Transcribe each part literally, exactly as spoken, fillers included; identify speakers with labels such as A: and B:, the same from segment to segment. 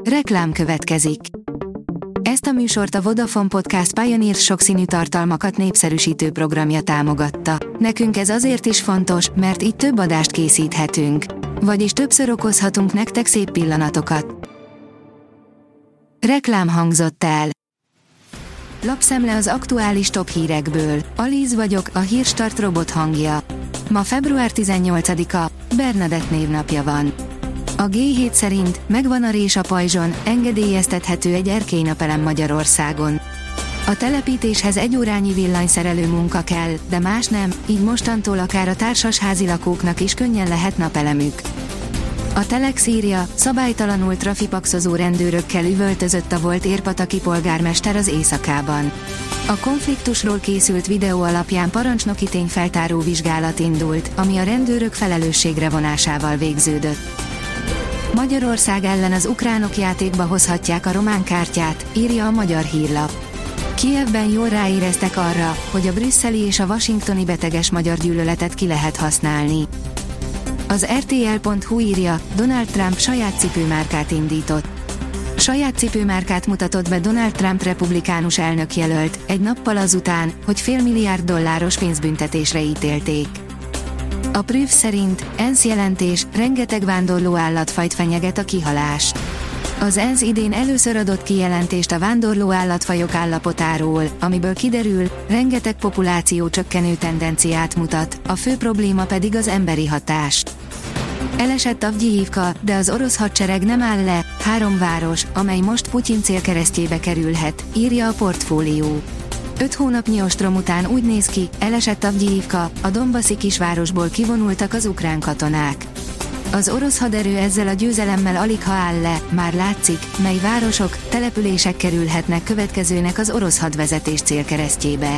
A: Reklám következik. Ezt a műsort a Vodafone Podcast Pioneer sokszínű tartalmakat népszerűsítő programja támogatta. Nekünk ez azért is fontos, mert így több adást készíthetünk. Vagyis többször okozhatunk nektek szép pillanatokat. Reklám hangzott el. Lapszemle az aktuális top hírekből. Alíz vagyok, a Hírstart robot hangja. Ma február tizennyolcadika, Bernadett névnapja van. A gé hét szerint megvan a rés a pajzson, engedélyeztethető egy erkélynapelem Magyarországon. A telepítéshez egy órányi villanyszerelő munka kell, de más nem, így mostantól akár a társasházi lakóknak is könnyen lehet napelemük. A Telex írja, szabálytalanul trafipaxozó rendőrökkel üvöltözött a volt érpataki polgármester az éjszakában. A konfliktusról készült videó alapján parancsnoki tényfeltáró vizsgálat indult, ami a rendőrök felelősségre vonásával végződött. Magyarország ellen az ukránok játékba hozhatják a román kártyát, írja a Magyar Hírlap. Kijevben jól ráéreztek arra, hogy a brüsszeli és a washingtoni beteges magyar gyűlöletet ki lehet használni. Az er té el pont hú írja, Donald Trump saját cipőmárkát indított. Saját cipőmárkát mutatott be Donald Trump republikánus elnökjelölt, egy nappal azután, hogy félmilliárd dolláros pénzbüntetésre ítélték. A Prüf szerint e en es jelentés, rengeteg vándorló állatfajt fenyeget a kihalás. Az e en es idén először adott kijelentést a vándorló állatfajok állapotáról, amiből kiderül, rengeteg populáció csökkenő tendenciát mutat, a fő probléma pedig az emberi hatás. Elesett Avgyijivka, de az orosz hadsereg nem áll le, három város, amely most Putyin célkeresztjébe kerülhet, írja a Portfólió. Öt hónapnyi ostrom után úgy néz ki, elesett Avgyijivka, a Donbassi kisvárosból kivonultak az ukrán katonák. Az orosz haderő ezzel a győzelemmel aligha áll le, már látszik, mely városok, települések kerülhetnek következőnek az orosz hadvezetés célkeresztjébe.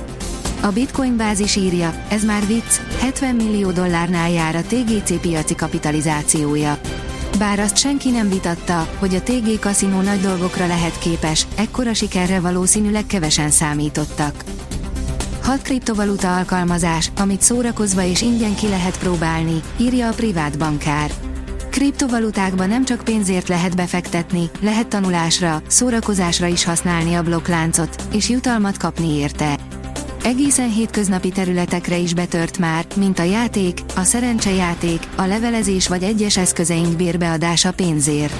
A: A Bitcoin bázis írja, ez már vicc, hetven millió dollárnál jár a té gé cé piaci kapitalizációja. Bár azt senki nem vitatta, hogy a té gé kaszinó nagy dolgokra lehet képes, ekkora sikerre valószínűleg kevesen számítottak. Hat kriptovaluta alkalmazás, amit szórakozva és ingyen ki lehet próbálni, írja a privát bankár. Kriptovalutákba nem csak pénzért lehet befektetni, lehet tanulásra, szórakozásra is használni a blokkláncot, és jutalmat kapni érte. Egészen hétköznapi területekre is betört már, mint a játék, a szerencsejáték, a levelezés vagy egyes eszközeink bérbeadása pénzért.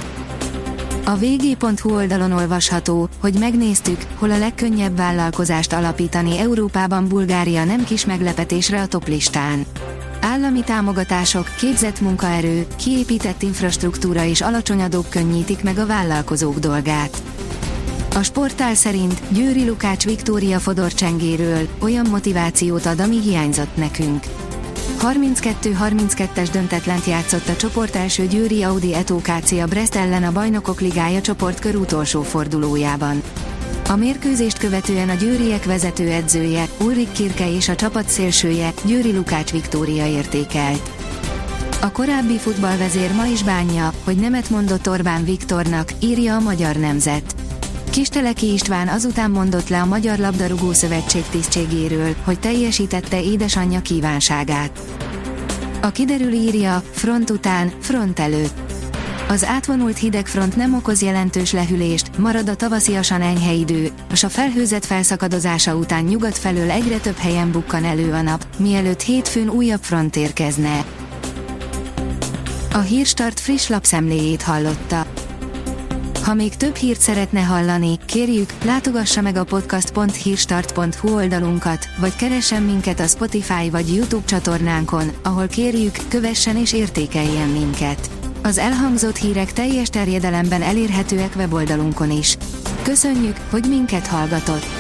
A: A vé gé pont hú oldalon olvasható, hogy megnéztük, hol a legkönnyebb vállalkozást alapítani Európában. Bulgária nem kis meglepetésre a toplistán. Állami támogatások, képzett munkaerő, kiépített infrastruktúra és alacsony adók könnyítik meg a vállalkozók dolgát. A sportál szerint Győri Lukács Viktória Fodor csengéről, olyan motivációt ad, ami hiányzott nekünk. harminckettő harminckettes döntetlent játszott a csoport első Győri Audi Eto ká cé a Brest ellen a Bajnokok Ligája csoportkör utolsó fordulójában. A mérkőzést követően a győriek vezetőedzője, Ulrik Kirke és a csapat szélsője, Győri Lukács Viktória értékelt. A korábbi futballvezér ma is bánja, hogy nemet mondott Orbán Viktornak, írja a Magyar Nemzet. Kisteleki István azután mondott le a Magyar Labdarúgó Szövetség tisztségéről, hogy teljesítette édesanyja kívánságát. A kiderül írja, front után, front előtt. Az átvonult hidegfront nem okoz jelentős lehűlést, marad a tavasziasan enyhe idő, és a felhőzet felszakadozása után nyugat felől egyre több helyen bukkan elő a nap, mielőtt hétfőn újabb front érkezne. A Hírstart friss lapszemléjét hallotta. Ha még több hírt szeretne hallani, kérjük, látogassa meg a podcast pont hírstart pont hú oldalunkat, vagy keressen minket a Spotify vagy YouTube csatornánkon, ahol kérjük, kövessen és értékeljen minket. Az elhangzott hírek teljes terjedelemben elérhetőek weboldalunkon is. Köszönjük, hogy minket hallgatott!